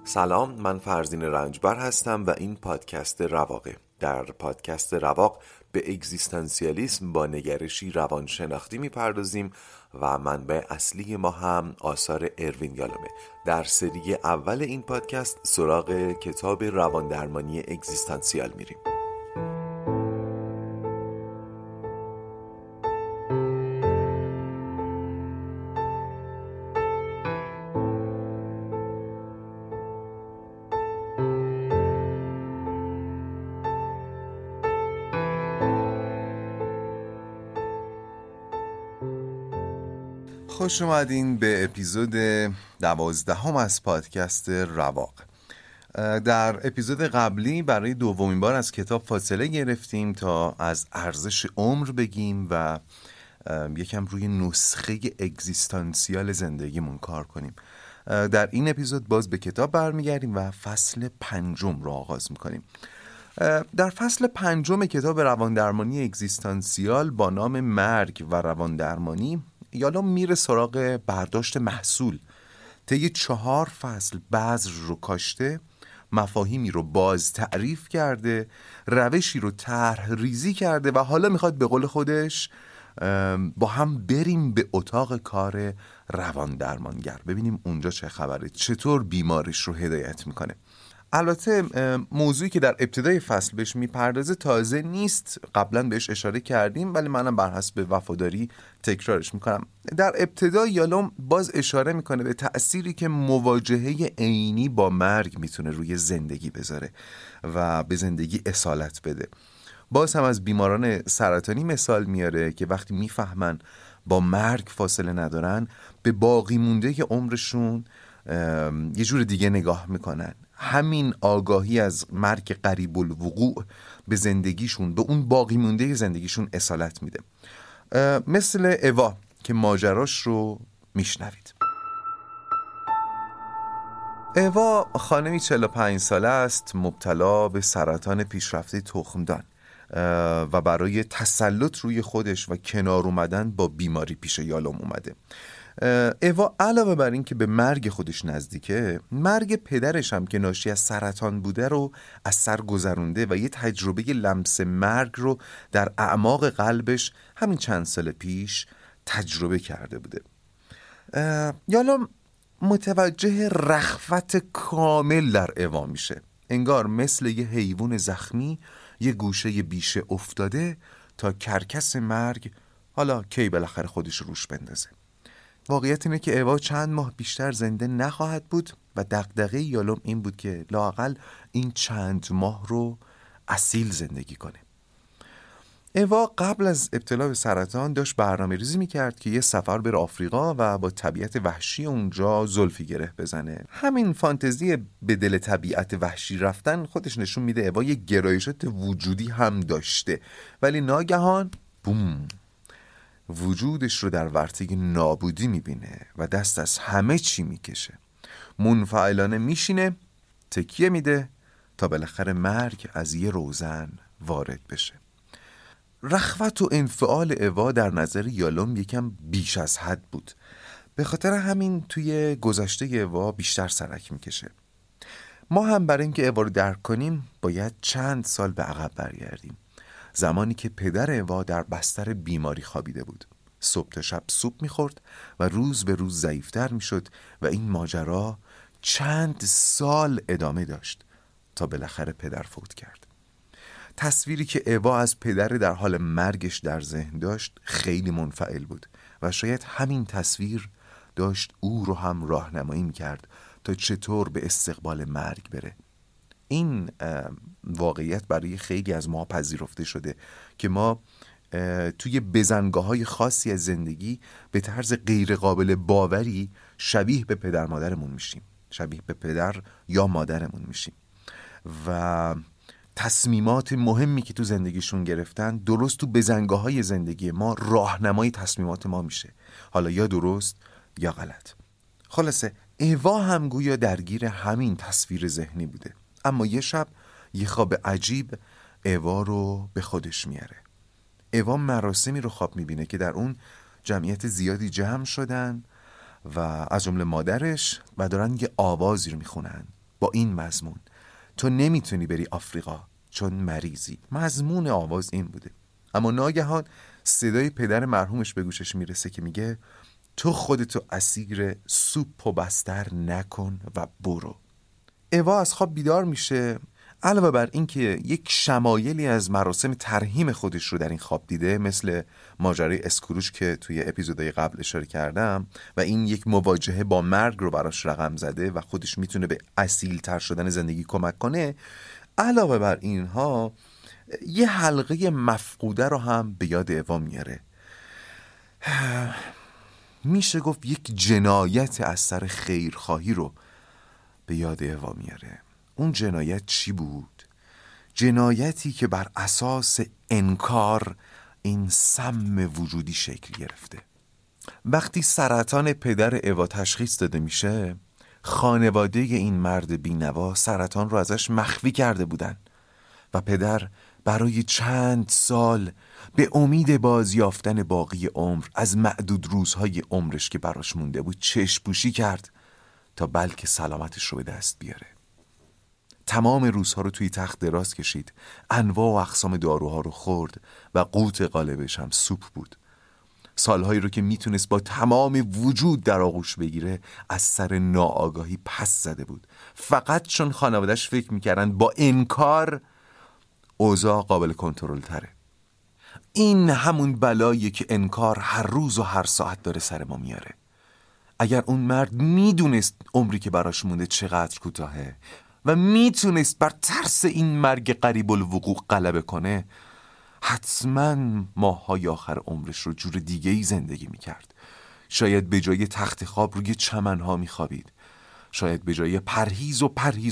سلام، من فرزین رنجبر هستم و این پادکست رواقه. در پادکست رواق به اگزیستانسیالیسم با نگرشی روانشناختی میپردازیم و منبع اصلی ما هم آثار اروین یالومه. در سری اول این پادکست سراغ کتاب رواندرمانی اگزیستانسیال میریم. خوش اومدین به اپیزود 12 از پادکست رواق. در اپیزود قبلی برای دومین بار از کتاب فاصله گرفتیم تا از ارزش عمر بگیم و یکم روی نسخه اگزیستانسیال زندگیمون کار کنیم. در این اپیزود باز به کتاب برمیگردیم و فصل 5 رو آغاز میکنیم. در فصل 5 کتاب رواندرمانی اگزیستانسیال با نام مرگ و رواندرمانی یالوم میره سراغ برداشت محصول. طی 4 فصل بذر رو کاشته، مفاهیمی رو باز تعریف کرده، روشی رو طرح ریزی کرده و حالا میخواد به قول خودش با هم بریم به اتاق کار رواندرمانگر، ببینیم اونجا چه خبره، چطور بیمارش رو هدایت میکنه. البته موضوعی که در ابتدای فصل بهش میپردازه تازه نیست، قبلا بهش اشاره کردیم ولی منم بر حسب وفاداری تکرارش میکنم. در ابتدا یالوم باز اشاره میکنه به تأثیری که مواجهه عینی با مرگ میتونه روی زندگی بذاره و به زندگی اصالت بده. باز هم از بیماران سرطانی مثال میاره که وقتی میفهمن با مرگ فاصله ندارن، به باقی مونده عمرشون یه جور دیگه نگاه میکنن. همین آگاهی از مرگ قریب الوقوع به زندگیشون، به اون باقی مونده زندگیشون اصالت میده. مثل اوا که ماجراش رو میشنوید. اوا خانمی 45 ساله است، مبتلا به سرطان پیشرفته تخمدان و برای تسلط روی خودش و کنار اومدن با بیماری پیش یالوم اومده. اوا علاوه بر این که به مرگ خودش نزدیکه، مرگ پدرش هم که ناشی از سرطان بوده رو از سر گذرونده و یه تجربه لمس مرگ رو در اعماق قلبش همین چند سال پیش تجربه کرده بوده. یالوم متوجه رخوت کامل در اوا میشه. انگار مثل یه حیوان زخمی یه گوشه بیشه افتاده تا کرکس مرگ حالا کی بالاخره خودش روش بندازه. واقعیت اینه که اوا چند ماه بیشتر زنده نخواهد بود و دغدغه یالوم این بود که لااقل این چند ماه رو اصیل زندگی کنه. اوا قبل از ابتلا به سرطان داشت برنامه ریزی میکرد که یه سفر بره آفریقا و با طبیعت وحشی اونجا زلفی گره بزنه. همین فانتزی به دل طبیعت وحشی رفتن خودش نشون میده اوا یه گرایشات وجودی هم داشته، ولی ناگهان بوم، وجودش رو در ورطه نابودی میبینه و دست از همه چی میکشه. منفعلانه میشینه، تکیه میده تا بالاخره مرگ از یه روزن وارد بشه. رخوت و انفعال اوا در نظر یالوم یکم بیش از حد بود. به خاطر همین توی گذشته اوا بیشتر سرک میکشه. ما هم برای اینکه اوا رو درک کنیم باید چند سال به عقب برگردیم. زمانی که پدر اوا در بستر بیماری خوابیده بود. صبح تا شب سوپ میخورد و روز به روز ضعیف‌تر میشد و این ماجرا چند سال ادامه داشت تا بالاخره پدر فوت کرد. تصویری که اوا از پدر در حال مرگش در ذهن داشت خیلی منفعل بود و شاید همین تصویر داشت او رو هم راهنمایی میکرد تا چطور به استقبال مرگ بره. این واقعیت برای خیلی از ما پذیرفته شده که ما توی بزنگاه‌های خاصی از زندگی به طرز غیر قابل باوری شبیه به پدر مادرمون میشیم، شبیه به پدر یا مادرمون میشیم و تصمیمات مهمی که تو زندگیشون گرفتن درست تو بزنگاه‌های زندگی ما راهنمای تصمیمات ما میشه، حالا یا درست یا غلط. خلاصه اوا هم گویا درگیر همین تصویر ذهنی بوده، اما یه شب یه خواب عجیب اوا رو به خودش میاره. اوا مراسمی رو خواب میبینه که در اون جمعیت زیادی جمع شدن و از جمله مادرش و دارن یه آوازی رو میخونن. با این مضمون: تو نمیتونی بری آفریقا چون مریضی. مضمون آواز این بوده. اما ناگهان صدای پدر مرحومش به گوشش میرسه که میگه تو خودتو اسیر سوپ و بستر نکن و برو. اوا از خواب بیدار میشه. علاوه بر این که یک شمایلی از مراسم ترحیم خودش رو در این خواب دیده، مثل ماجرای اسکروش که توی اپیزودهای قبل اشاره کردم و این یک مواجهه با مرگ رو براش رقم زده و خودش میتونه به اصیل تر شدن زندگی کمک کنه، علاوه بر اینها یه حلقه مفقوده رو هم به یاد اوا میاره. میشه گفت یک جنایت از سر خیرخواهی رو به یاد اوا میاره. اون جنایت چی بود؟ جنایتی که بر اساس انکار این سم وجودی شکل گرفته. وقتی سرطان پدر اوا تشخیص داده میشه، خانواده این مرد بینوا سرطان رو ازش مخفی کرده بودن و پدر برای چند سال به امید بازیافتن باقی عمر از معدود روزهای عمرش که براش مونده بود چشم پوشی کرد تا بلکه سلامتش رو به دست بیاره. تمام روزها رو توی تخت دراز کشید، انواع و اقسام داروها رو خورد و قوت غالبش هم سوپ بود. سالهایی رو که میتونست با تمام وجود در آغوش بگیره از سر ناآگاهی پس زده بود، فقط چون خانواده‌اش فکر میکردن با انکار اوضاع قابل کنترل تره. این همون بلاییه که انکار هر روز و هر ساعت داره سر ما میاره. اگر اون مرد میدونست عمری که براش مونده چقدر کوتاهه و میتونست بر ترس این مرگ قریب الوقوع غلبه کنه، حتما ماه‌های آخر عمرش رو جور دیگه‌ای زندگی میکرد. شاید به جای تخت خواب روی چمنها میخوابید. شاید به جای پرهیز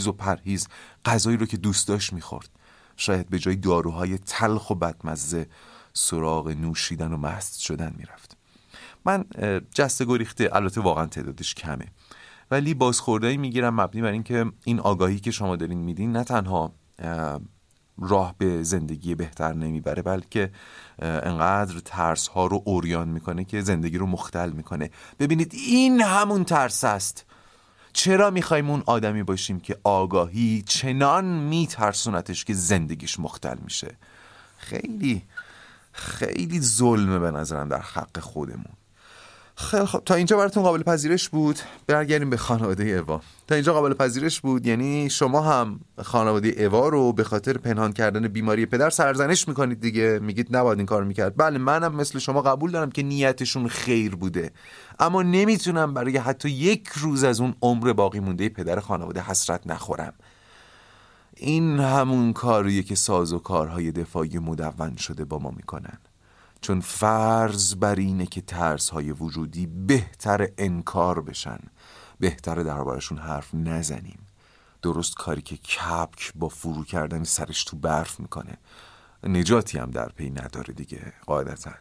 غذایی رو که دوست داشت میخورد. شاید به جای داروهای تلخ و بدمزه سراغ نوشیدن و مست شدن میرفت. من جسته گریخته، البته واقعا تعدادش کمه، ولی بازخوردایی میگیرم مبنی بر این که این آگاهی که شما دارین میدین نه تنها راه به زندگی بهتر نمیبره، بلکه انقدر ترس ها رو عریان میکنه که زندگی رو مختل میکنه. ببینید این همون ترس است. چرا میخوایم اون آدمی باشیم که آگاهی چنان میترسونتش که زندگیش مختل میشه؟ خیلی خیلی ظلمه به نظرم در حق خودمون. خیلی خب، تا اینجا براتون قابل پذیرش بود؟ برگردیم به خانواده اوا. تا اینجا قابل پذیرش بود؟ یعنی شما هم خانواده اوا رو به خاطر پنهان کردن بیماری پدر سرزنش میکنید دیگه، میگید نباید این کار میکرد. بله، منم مثل شما قبول دارم که نیتشون خیر بوده، اما نمیتونم برای حتی یک روز از اون عمر باقی مونده پدر خانواده حسرت نخورم. این همون کاریه که سازوکارهای دفاعی مدون شده با ما میکنن، چون فرض بر اینه که ترس‌های وجودی بهتر انکار بشن، بهتر دربارشون حرف نزنیم. درست کاری که کپک با فرو کردن سرش تو برف میکنه، نجاتی هم در پی نداره دیگه قاعدتاً.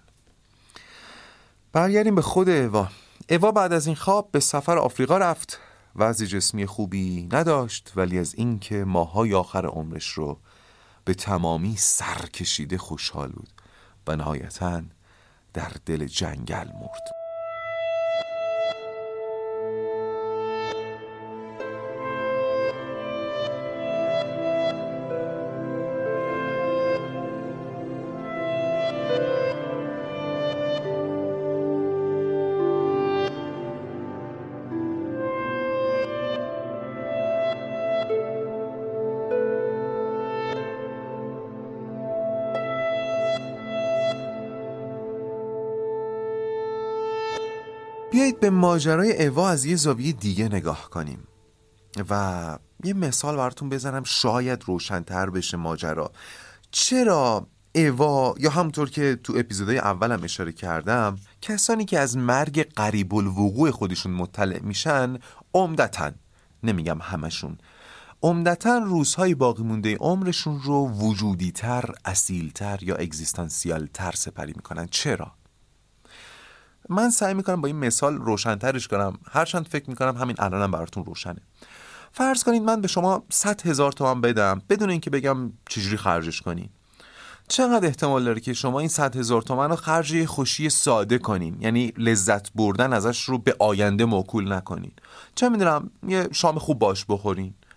برگردیم به خود اوا. اوا بعد از این خواب به سفر آفریقا رفت. وضع جسمی خوبی نداشت، ولی از این که ماه‌های آخر عمرش رو به تمامی سر کشیده خوشحال بود و نهایتاً در دل جنگل مرد. بیایید به ماجرای اوا از یه زاویه دیگه نگاه کنیم و یه مثال براتون بزنم شاید روشن‌تر بشه ماجرا. چرا اوا، یا همونطور که تو اپیزودهای اولم اشاره کردم، کسانی که از مرگ قریب الوقوع خودشون مطلع میشن عمدتاً، نمیگم همشون، عمدتاً روزهای باقی مونده عمرشون رو وجودی‌تر، اصیل‌تر یا اگزیستانسیال‌تر سپری میکنن؟ چرا؟ من سعی میکنم با این مثال روشن‌ترش کنم، هرچند فکر میکنم همین الانم براتون روشنه. فرض کنید من به شما 100,000 تومان بدم بدون اینکه بگم چجوری خرجش کنین. چقدر احتمال داره که شما این 100,000 تومان رو خرج یه خوشی ساده کنین، یعنی لذت بردن ازش رو به آینده موکول نکنین؟ چه میدونم، یه شام خوب باش بخورین،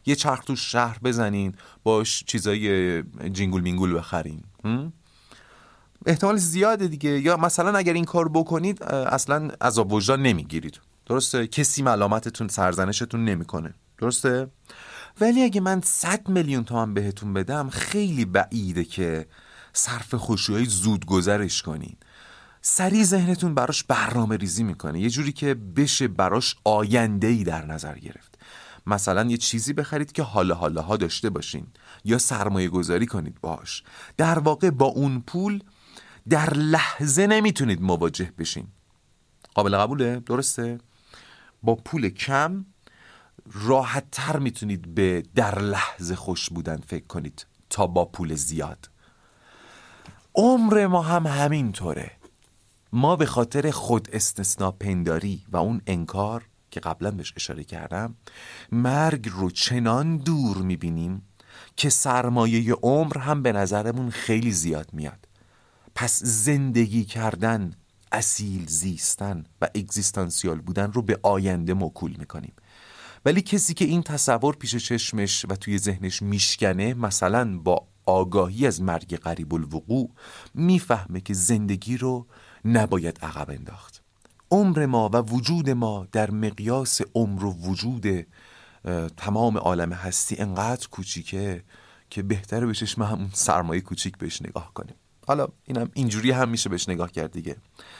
یه چرخ تو شهر بزنین، باش چیزای جینگول مینگول بخرین. احتمال زیاده دیگه. یا مثلا اگر این کار بکنید اصلا عذاب وجدان نمیگیرید، درسته؟ کسی ملامتتون، سرزنشتون نمیکنه، درسته؟ ولی اگه من 100 میلیون تومان بهتون بدم، خیلی بعیده که صرف خوشی‌های زود گذرش کنین. سریع ذهنتون براش برنامه ریزی میکنه، یه جوری که بشه براش آینده‌ای در نظر گرفت. مثلا یه چیزی بخرید که حالا داشته باشین، یا سرمایه گذاری کنید باش. در واقع با اون پول در لحظه نمیتونید مواجه بشین. قابل قبوله؟ درسته؟ با پول کم راحت تر میتونید به در لحظه خوش بودن فکر کنید تا با پول زیاد. عمر ما هم همین طوره. ما به خاطر خود استثناء پنداری و اون انکار که قبلا بهش اشاره کردم، مرگ رو چنان دور میبینیم که سرمایه عمر هم به نظرمون خیلی زیاد میاد. پس زندگی کردن، اصیل زیستن و اگزیستانسیال بودن رو به آینده موکول میکنیم. ولی کسی که این تصور پیش چشمش و توی ذهنش میشکنه، مثلا با آگاهی از مرگ قریب الوقوع، میفهمه که زندگی رو نباید عقب انداخت. عمر ما و وجود ما در مقیاس عمر و وجود تمام عالم هستی انقدر کوچیکه که بهتره به چشم همون سرمایه کوچیک بهش نگاه کنیم. حالا اینم اینجوری هم میشه بهش نگاه کرد دیگه.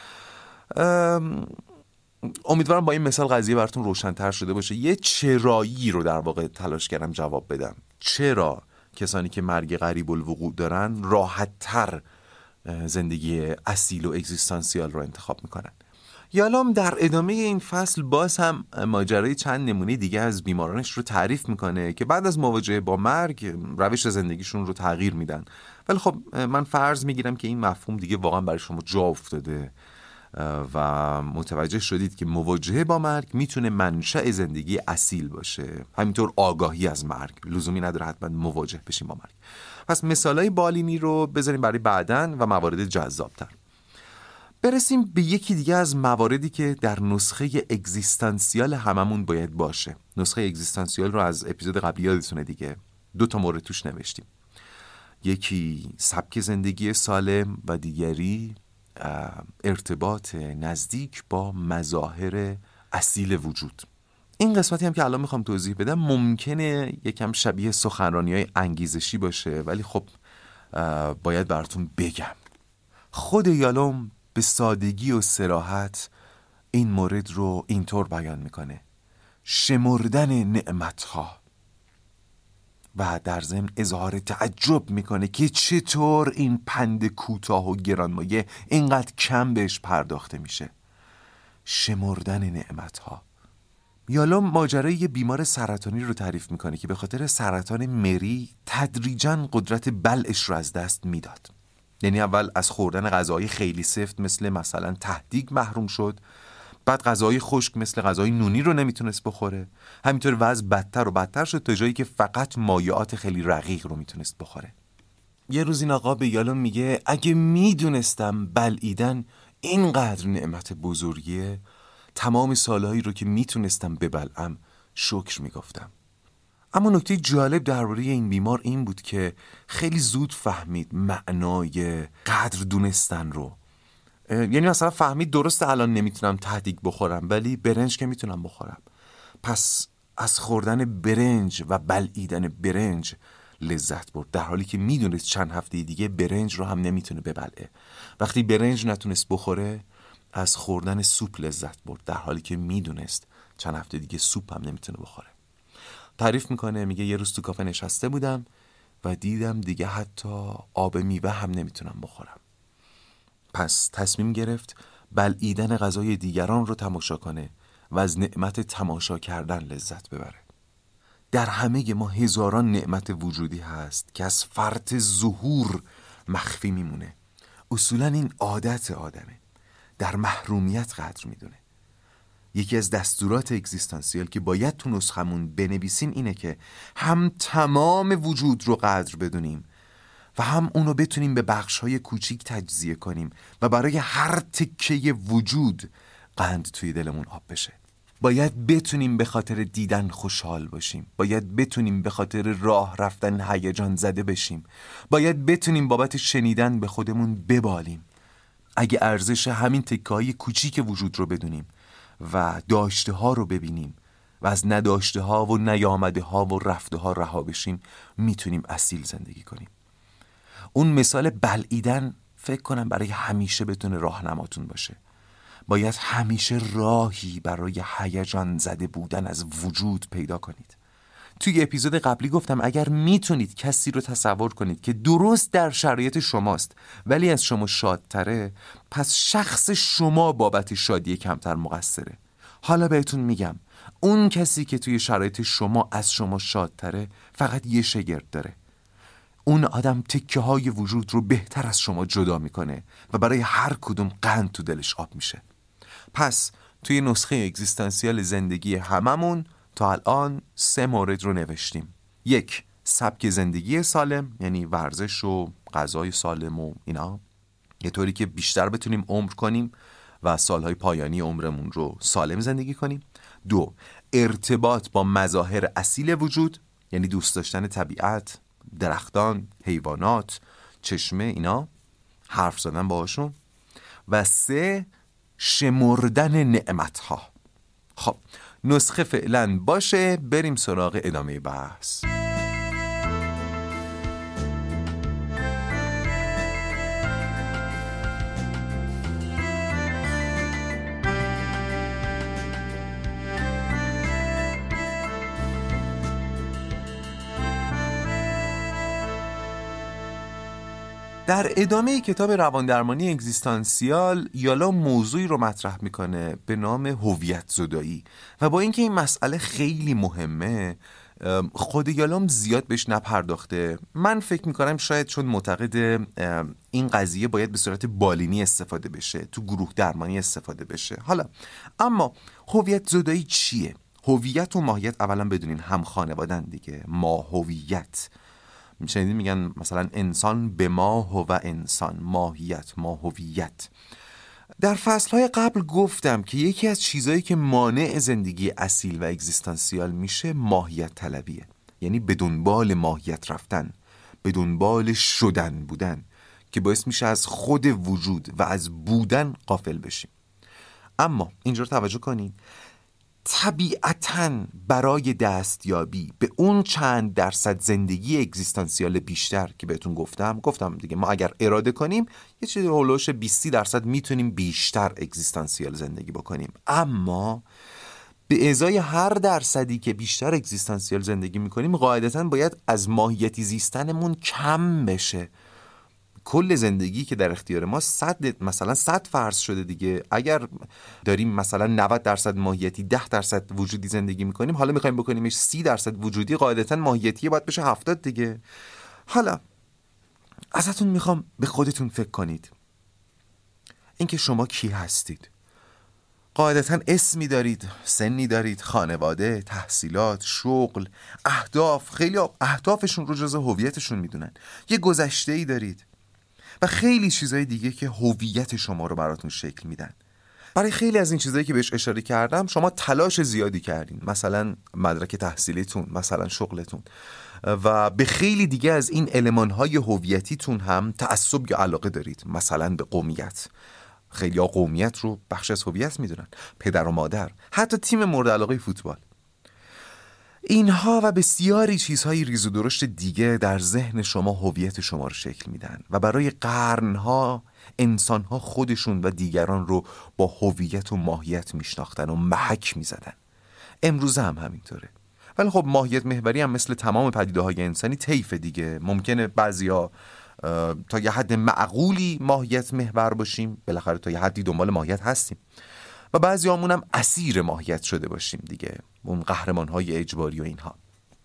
امیدوارم با این مثال قضیه براتون روشن‌تر شده باشه. یه چرایی رو در واقع تلاش کردم جواب بدم. چرا کسانی که مرگ قریب الوقوع دارن راحت‌تر زندگی اصیل و اگزیستانسیال رو انتخاب میکنن؟ یالام در ادامه این فصل باز هم ماجرای چند نمونه دیگه از بیمارانش رو تعریف میکنه که بعد از مواجهه با مرگ روش زندگیشون رو تغییر میدن. ولی خب من فرض میگیرم که این مفهوم دیگه واقعا برای شما جا افتاده و متوجه شدید که مواجهه با مرگ میتونه منشأ زندگی اصیل باشه. همینطور آگاهی از مرگ لزومی نداره حتما مواجه بشیم با مرگ. پس مثالای بالینی رو بذاریم برای بعدن و موارد جذابتر. برسیم به یکی دیگه از مواردی که در نسخه اگزیستانسیال هممون باید باشه. نسخه اگزیستانسیال رو از اپیزود قبلی یادتونه دیگه. 2 مورد توش نوشتیم. یکی سبک زندگی سالم و دیگری ارتباط نزدیک با مظاهر اصیل وجود. این قسمتی هم که الان میخوام توضیح بدم ممکنه یکم شبیه سخنرانی‌های انگیزشی باشه، ولی خب باید براتون بگم. خود یالوم به سادگی و صراحت این مورد رو اینطور بیان میکنه: شمردن نعمتها، و در ضمن اظهار تعجب میکنه که چطور این پند کوتاه و گرانمایه اینقدر کم بهش پرداخته میشه. شمردن نعمتها. یالوم ماجرای یه بیمار سرطانی رو تعریف میکنه که به خاطر سرطان مری تدریجاً قدرت بلعش رو از دست میداد. یعنی اول از خوردن غذای خیلی سفت مثلا تهدیگ محروم شد، بعد غذای خشک مثل غذای نونی رو نمیتونست بخوره، همینطور وضع بدتر و بدتر شد تا جایی که فقط مایعات خیلی رقیق رو میتونست بخوره. یه روز این آقا به یالوم میگه اگه میدونستم بلعیدن اینقدر نعمت بزرگیه، تمام سالهایی رو که میتونستم ببلعم شکر میگفتم. اما نکته جالب درباره این بیمار این بود که خیلی زود فهمید معنای قدر دونستن رو. یعنی مثلا فهمید درسته الان نمیتونم تهدیگ بخورم، ولی برنج که میتونم بخورم. پس از خوردن برنج و بلعیدن برنج لذت برد، در حالی که میدونست چند هفته دیگه برنج رو هم نمیتونه ببلعه. وقتی برنج نتونست بخوره، از خوردن سوپ لذت برد، در حالی که میدونست چند هفته دیگه سوپ هم نمیتونه بخوره. تعریف میکنه، میگه یه روز تو کافه نشسته بودم و دیدم دیگه حتی آب میوه هم نمیتونم بخورم. پس تصمیم گرفت بلعیدن غذای دیگران رو تماشا کنه و از نعمت تماشا کردن لذت ببره. در همه ما هزاران نعمت وجودی هست که از فرط ظهور مخفی میمونه. اصولا این عادت آدمه، در محرومیت قدر میدونه. یکی از دستورات اگزیستانسیال که باید تو نسخمون بنویسیم اینه که هم تمام وجود رو قدر بدونیم و هم اونو بتونیم به بخش‌های کوچیک تجزیه کنیم و برای هر تکه وجود قند توی دلمون آب بشه. باید بتونیم به خاطر دیدن خوشحال باشیم، باید بتونیم به خاطر راه رفتن هیجان زده بشیم، باید بتونیم بابت شنیدن به خودمون ببالیم. اگه ارزش همین تکه‌های کوچیک وجود رو بدونیم و داشته ها رو ببینیم و از نداشته ها و نیامده ها و رفته ها رها بشیم، میتونیم اصیل زندگی کنیم. اون مثال بلعیدن فکر کنم برای همیشه بتونه راهنماتون باشه. باید همیشه راهی برای هیجان زده بودن از وجود پیدا کنید. توی اپیزود قبلی گفتم اگر میتونید کسی رو تصور کنید که درست در شرایط شماست ولی از شما شادتره، پس شخص شما بابت شادی کمتر مقصره. حالا بهتون میگم اون کسی که توی شرایط شما از شما شادتره فقط یه شگرد داره. اون آدم تکه های وجود رو بهتر از شما جدا میکنه و برای هر کدوم قند تو دلش آب میشه. پس توی نسخه اگزیستانسیال زندگی هممون تا الان 3 مورد رو نوشتیم. 1. سبک زندگی سالم، یعنی ورزش و غذای سالم و اینا، یه طوری که بیشتر بتونیم عمر کنیم و سالهای پایانی عمرمون رو سالم زندگی کنیم. 2. ارتباط با مظاهر اصیل وجود، یعنی دوست داشتن طبیعت، درختان، حیوانات، چشمه، اینا، حرف زدن باهاشون. و 3. شمردن نعمت‌ها. خب نسخه فعلا باشه، بریم سراغ ادامه بحث. در ادامه کتاب رواندرمانی اگزیستانسیال یالا موضوعی رو مطرح میکنه به نام هویت زدایی و با اینکه این مسئله خیلی مهمه خود یالام زیاد بهش نپرداخته. من فکر میکنم شاید چون معتقد این قضیه باید به صورت بالینی استفاده بشه، تو گروه درمانی استفاده بشه. حالا اما هویت زدایی چیه؟ هویت و ماهیت اولا بدونین هم خانوادن دیگه. ماهویت شنیدین میگن مثلا انسان به ماه و انسان، ماهیت، ماهویت. در فصلهای قبل گفتم که یکی از چیزایی که مانع زندگی اصیل و اگزیستانسیال میشه ماهیت طلبیه، یعنی به دنبال ماهیت رفتن، به دنبال شدن بودن که باعث میشه از خود وجود و از بودن غافل بشیم. اما اینجا توجه کنین، طبیعتاً برای دستیابی به اون چند درصد زندگی اگزیستانسیال بیشتر که بهتون گفتم دیگه، ما اگر اراده کنیم یه چیزی هولوش 20% میتونیم بیشتر اگزیستانسیال زندگی بکنیم. اما به ازای هر درصدی که بیشتر اگزیستانسیال زندگی میکنیم قاعدتاً باید از ماهیتی زیستنمون کم بشه. کل زندگی که در اختیار ما مثلا 100 فرض شده دیگه. اگر داریم مثلا 90% ماهیتی 10% وجودی زندگی میکنیم، حالا میخوایم بکنیمش 30% وجودی، قاعدتا ماهیتی باید بشه 70 دیگه. حالا ازتون میخوام به خودتون فکر کنید، اینکه شما کی هستید. قاعدتا اسمی دارید، سنی دارید، خانواده، تحصیلات، شغل، اهداف. خیلی اهدافشون رو جزء هویتشون میدونن. یه گذشته‌ای دارید و خیلی چیزای دیگه که هویت شما رو براتون شکل میدن. برای خیلی از این چیزایی که بهش اشاره کردم شما تلاش زیادی کردین، مثلا مدرک تحصیلیتون، مثلا شغلتون، و به خیلی دیگه از این المان‌های هویتیتون هم تعصب یا علاقه دارید، مثلا به قومیت. خیلی‌ها قومیت رو بخش از هویت میدونن، پدر و مادر، حتی تیم مورد علاقه فوتبال. اینها و بسیاری چیزهای ریز و درشت دیگه در ذهن شما هویت شما رو شکل میدن و برای قرنها انسانها خودشون و دیگران رو با هویت و ماهیت میشناختن و محک میزدن. امروز هم همینطوره. ولی خب ماهیت محوری هم مثل تمام پدیده‌های انسانی طیف دیگه. ممکنه بعضیا تا یه حد معقولی ماهیت محور باشیم، بالاخره تا یه حدی دنبال ماهیت هستیم، و بعضی همون هم اسیر ماهیت شده باشیم دیگه، اون قهرمان‌های اجباری و اینها.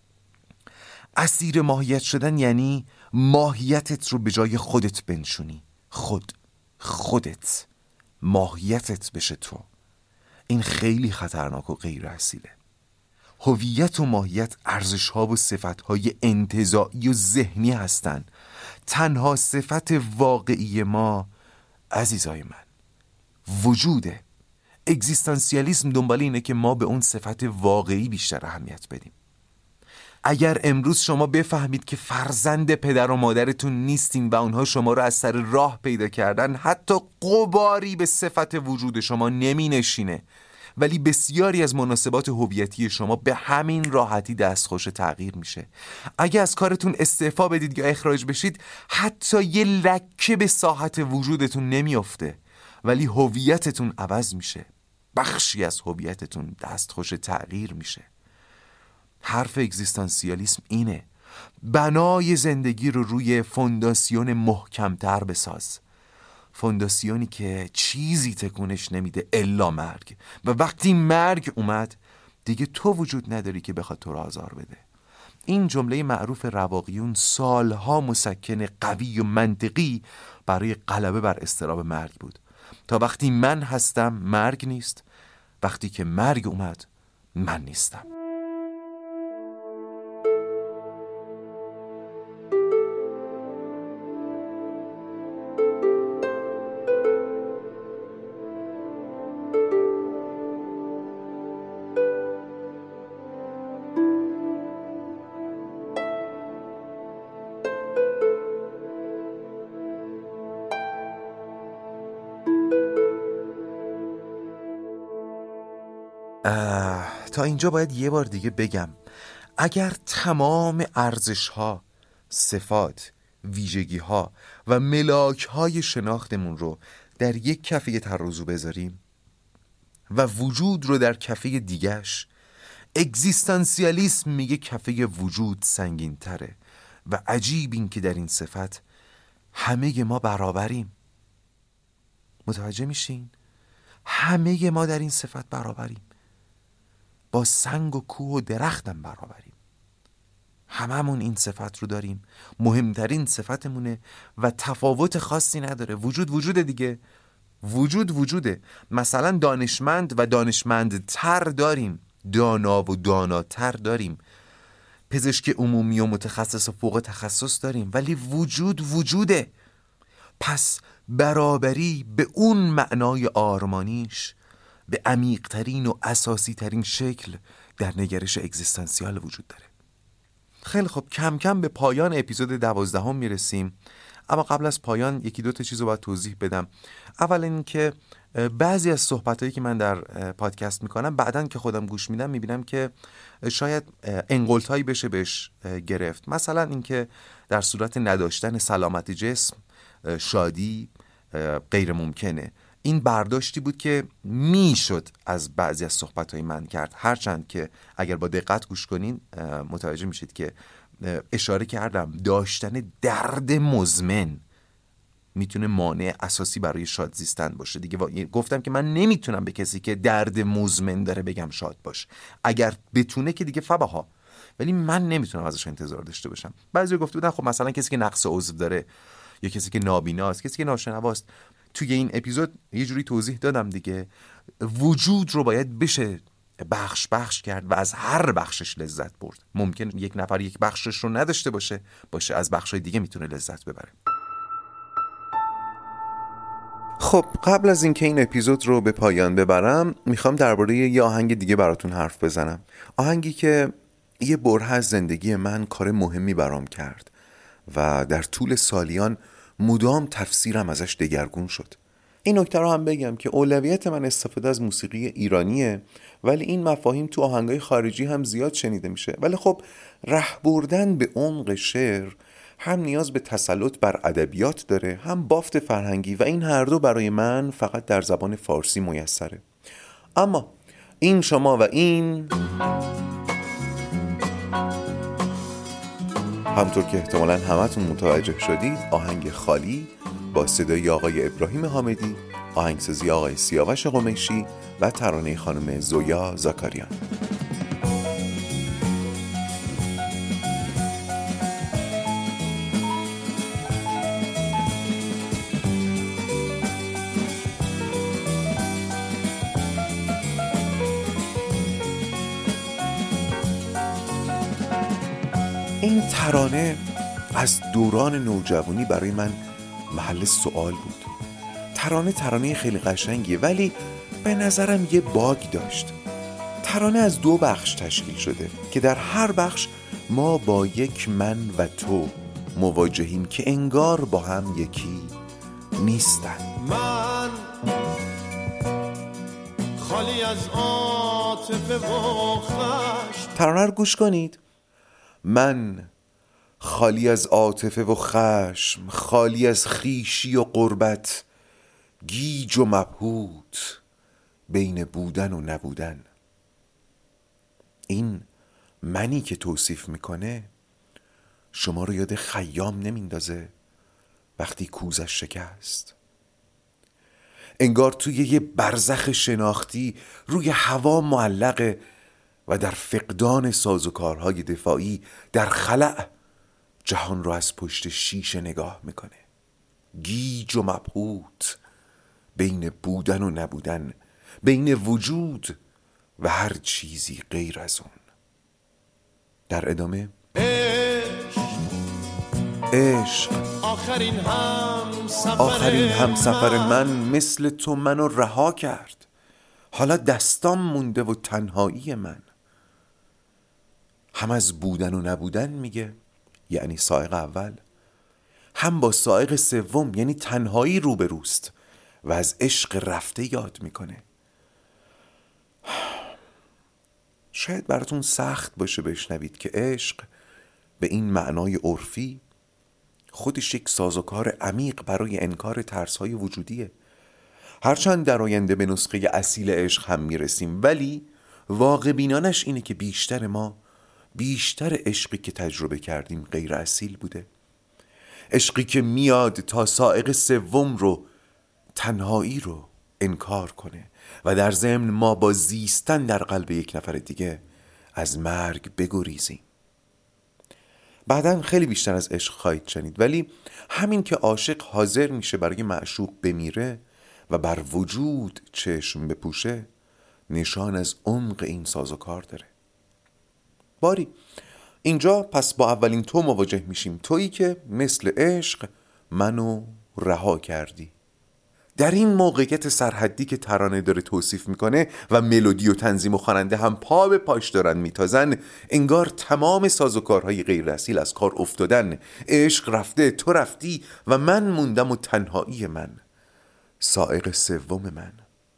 اسیر ماهیت شدن یعنی ماهیتت رو به جای خودت بنشونی، خودت ماهیتت بشه تو. این خیلی خطرناک و غیر اصیله. هویت و ماهیت ارزش‌ها و صفت‌های انتزاعی و ذهنی هستن. تنها صفت واقعی ما عزیزای من وجوده، اگزیستانسیالیسم دنبال اینه که ما به اون صفت واقعی بیشتر اهمیت بدیم. اگر امروز شما بفهمید که فرزند پدر و مادرتون نیستین و اونها شما رو از سر راه پیدا کردن، حتی غباری به صفت وجود شما نمی نشینه، ولی بسیاری از مناسبات هویتی شما به همین راحتی دستخوش تغییر میشه. اگه از کارتون استعفا بدید یا اخراج بشید، حتی یه لکه به ساحت وجودتون نمیافته، ولی هویتتون عوض میشه. بخشی از هویتتون دستخوش تغییر میشه. حرف اگزیستانسیالیسم اینه: بنای زندگی رو روی فونداسیون محکمتر بساز، فونداسیونی که چیزی تکونش نمیده الا مرگ، و وقتی مرگ اومد دیگه تو وجود نداری که بخواد تو رو آزار بده. این جمله معروف رواقیون سالها مسکن قوی و منطقی برای غلبه بر اضطراب مرگ بود. تا وقتی من هستم مرگ نیست، وقتی که مرگ اومد من نیستم. تا اینجا باید یه بار دیگه بگم: اگر تمام ارزش‌ها، صفات، ویژگی‌ها و ملاک‌های شناختمون رو در یک کفه ترازو بذاریم و وجود رو در کفه دیگش، اگزیستانسیالیسم میگه کفه وجود سنگین تره و عجیب این که در این صفت همه ما برابریم. متوجه میشین؟ همه ما در این صفت برابریم، با سنگ و کوه و درختم برابریم. هممون این صفت رو داریم، مهمترین صفتمونه و تفاوت خاصی نداره. وجود وجوده دیگه، وجود وجوده. مثلا دانشمند و دانشمندتر داریم، دانا و داناتر داریم، پزشک عمومی و متخصص و فوق تخصص داریم، ولی وجود وجوده. پس برابری به اون معنای آرمانیش به عمیق‌ترین و اساسی ترین شکل در نگرش اگزیستانسیال وجود داره. خیلی خب، کم کم به پایان اپیزود 12 میرسیم، اما قبل از پایان یکی دو تا چیز رو باید توضیح بدم. اول این که بعضی از صحبتایی که من در پادکست میکنم بعدن که خودم گوش میدم میبینم که شاید انگلتایی بشه بهش گرفت. مثلا این که در صورت نداشتن سلامت جسم شادی غیر ممکنه. این برداشتی بود که میشد از بعضی از صحبت‌های من کرد، هرچند که اگر با دقت گوش کنین متوجه میشید که اشاره کردم داشتن درد مزمن میتونه مانع اساسی برای شاد زیستن باشه دیگه. گفتم که من نمیتونم به کسی که درد مزمن داره بگم شاد باش. اگر بتونه که دیگه فبها، ولی من نمیتونم ازش انتظار داشته باشم. بعضی گفته بودن خب مثلا کسی که نقص عضو داره، یا کسی که نابیناست، کسی که ناشنواست. توی این اپیزود یه جوری توضیح دادم دیگه، وجود رو باید بشه بخش بخش کرد و از هر بخشش لذت برد. ممکن یک نفر یک بخشش رو نداشته باشه از بخشای دیگه میتونه لذت ببره. خب قبل از اینکه این اپیزود رو به پایان ببرم، میخوام درباره یه آهنگ دیگه براتون حرف بزنم. آهنگی که یه بره از زندگی من کار مهمی برام کرد و در طول سالیان مدام تفسیرم ازش دگرگون شد. این نکته رو هم بگم که اولویت من استفاده از موسیقی ایرانیه، ولی این مفاهیم تو آهنگای خارجی هم زیاد شنیده میشه. ولی خب ره بردن به عمق شعر هم نیاز به تسلط بر ادبیات داره، هم بافت فرهنگی، و این هر دو برای من فقط در زبان فارسی میسره. اما این شما و این، همطور که احتمالاً همتون متوجه شدید، آهنگ خالی با صدای آقای ابراهیم حامدی، آهنگسازی آقای سیاوش قمیشی و ترانه خانم زویا زاکاریان. این ترانه از دوران نوجوانی برای من محل سوال بود. ترانه خیلی قشنگیه، ولی به نظرم یه باگ داشت. ترانه از 2 بخش تشکیل شده که در هر بخش ما با یک من و تو مواجهیم که انگار با هم یکی نیستن. من خالی از عاطفه و خشم. ترانه رو گوش کنید. من خالی از عاطفه و خشم، خالی از خویشی و غربت، گیج و مبهوت بین بودن و نبودن. این منی که توصیف میکنه شما رو یاد خیام نمیندازه وقتی کوزش شکست؟ انگار توی یه برزخ شناختی روی هوا معلقه و در فقدان سازوکارهای دفاعی در خلأ جهان رو از پشت شیشه نگاه میکنه، گیج و مبهوت بین بودن و نبودن، بین وجود و هر چیزی غیر از اون. در ادامه عشق آخرین همسفر من مثل تو منو رها کرد. حالا دستام مونده و تنهایی من. هم از بودن و نبودن میگه، یعنی سائق اول، هم با سائق سوم یعنی تنهایی روبروست و از عشق رفته یاد میکنه. شاید براتون سخت باشه بشنوید که عشق به این معنای عرفی خودش یک سازوکار عمیق برای انکار ترس‌های وجودیه. هرچند در آینده به نسخه اصیل عشق هم میرسیم، ولی واقع بینانش اینه که بیشتر عشقی که تجربه کردیم غیر اصیل بوده. عشقی که میاد تا سائق سوم رو، تنهایی رو انکار کنه و در ضمن ما با زیستن در قلب یک نفر دیگه از مرگ بگریزیم. بعدن خیلی بیشتر از عشق خواهید شنید، ولی همین که عاشق حاضر میشه برای معشوق بمیره و بر وجود چشم بپوشه نشان از عمق این سازوکار داره. باری اینجا پس با اولین تو مواجه میشیم، تویی که مثل عشق منو رها کردی. در این موقعیت سرحدی که ترانه داره توصیف میکنه و ملودی و تنظیم و خواننده هم پا به پاش دارن میتازن، انگار تمام سازوکارهای غیر اصیل از کار افتادن. عشق رفته، تو رفتی و من موندم و تنهایی من، سائق سوم من.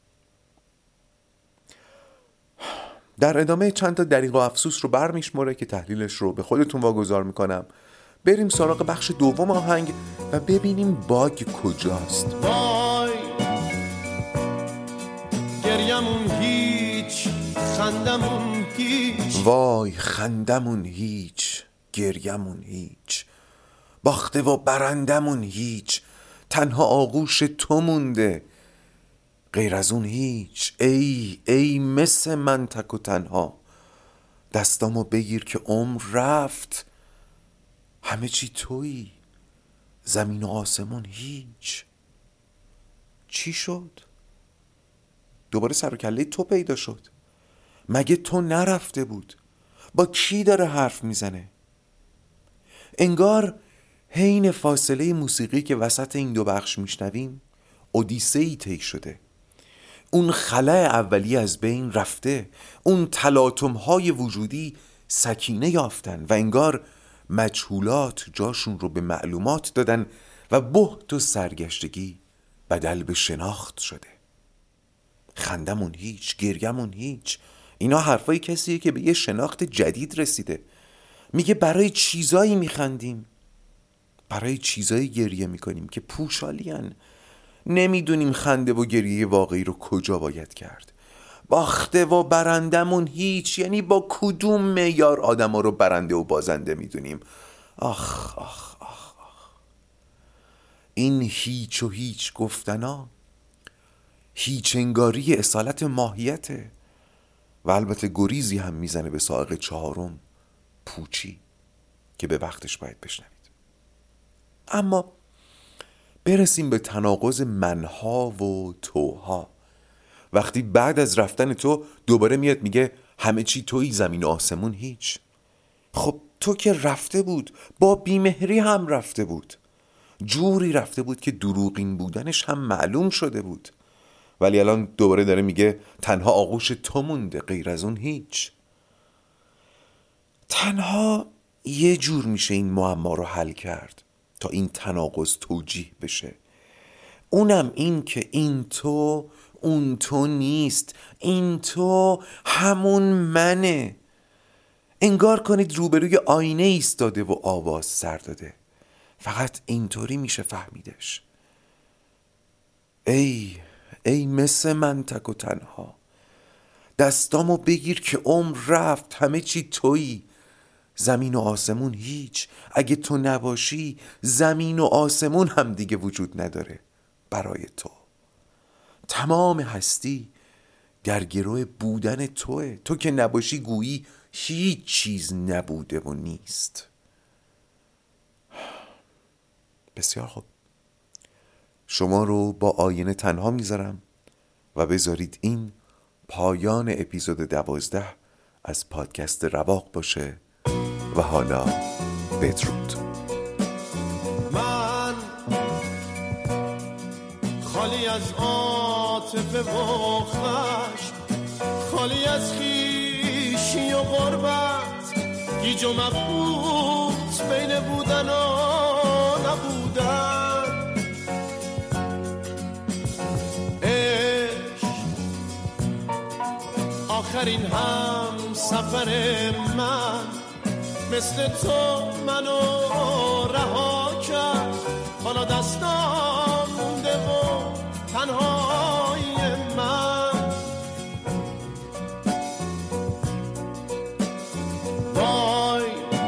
در ادامه چند تا دریغ و افسوس رو برمیشمره که تحلیلش رو به خودتون واگذار میکنم. بریم سراغ بخش دوم آهنگ و ببینیم باگ کجاست. وای گریمون هیچ، خندمون هیچ، وای خندمون هیچ، گریمون هیچ، باخته و برندمون هیچ، تنها آغوش تو مونده غیر از اون هیچ. ای مثل من تک و تنها، دستامو بگیر که عمر رفت، همه چی تویی، زمین و آسمون هیچ. چی شد؟ دوباره سر و کله تو پیدا شد. مگه تو نرفته بود؟ با کی داره حرف میزنه؟ انگار حین فاصله موسیقی که وسط این 2 بخش میشنویم اودیسه‌ای طی شده. اون خلأ اولی از بین رفته، اون تلاطم‌های وجودی سکینه یافتن و انگار مجهولات جاشون رو به معلومات دادن و بهت و سرگشتگی بدل به شناخت شده. خندمون هیچ، گریمون هیچ، اینا حرفای کسیه که به یه شناخت جدید رسیده. میگه برای چیزایی میخندیم، برای چیزایی گریه میکنیم که پوشالین. نمیدونیم خنده و گریه واقعی رو کجا باید کرد. باخته و برندمون هیچ، یعنی با کدوم معیار آدم ها رو برنده و بازنده میدونیم؟ آخ آخ آخ آخ. این هیچ و هیچ گفتنا هیچ انگاری اصالت ماهیته و البته گریزی هم میزنه به سائق 4 پوچی که به وقتش باید بشنوید. اما برسیم به تناقض منها و توها. وقتی بعد از رفتن تو دوباره میاد میگه همه چی تویی، زمین و آسمون هیچ. خب تو که رفته بود، با بیمهری هم رفته بود، جوری رفته بود که دروغین بودنش هم معلوم شده بود. ولی الان دوباره داره میگه تنها آغوش تو مونده، غیر از اون هیچ. تنها یه جور میشه این معما رو حل کرد تا این تناقض توجیه بشه، اونم این که این تو اون تو نیست، این تو همون منه. انگار کنید روبروی آینه ایستاده و آواز سر داده. فقط اینطوری میشه فهمیدش. ای مثل من تک و تنها، دستامو بگیر که عمر رفت، همه چی تویی، زمین و آسمون هیچ، اگه تو نباشی زمین و آسمون هم دیگه وجود نداره برای تو. تمام هستی در گروه بودن توه، تو که نباشی گویی هیچ چیز نبوده و نیست. بسیار خوب، شما رو با آینه تنها میذارم و بذارید این پایان اپیزود 12 از پادکست رواق باشه و حالا بدرود. من خالی از عاطفه و خشم، خالی از خویشی و غربت، گیج و مبهوت بین بودن و نبودن. عشق آخرین هم سفر من، مثل تو منو رها کرد، حالا دستام مونده و تنهای من. وای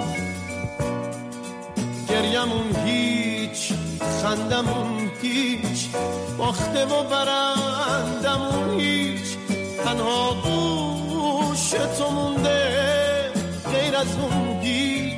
گریمون هیچ، خندمون هیچ، باخته و برندمون هیچ، تنها گوش تو مونده غیر از اون هیچ.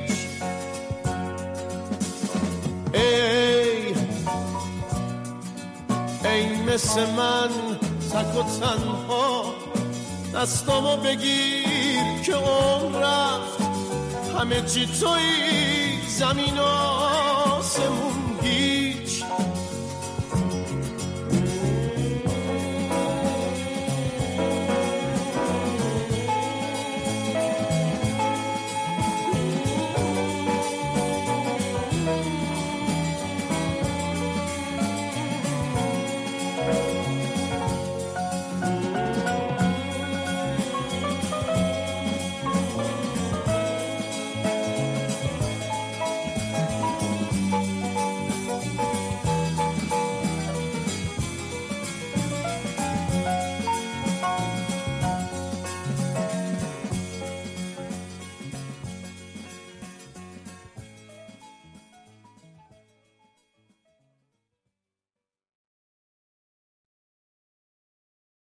ای مثل من تک و تنها، دستامو بگیر که عمر رفت، همه چی توی، زمین و آسمون هیچ.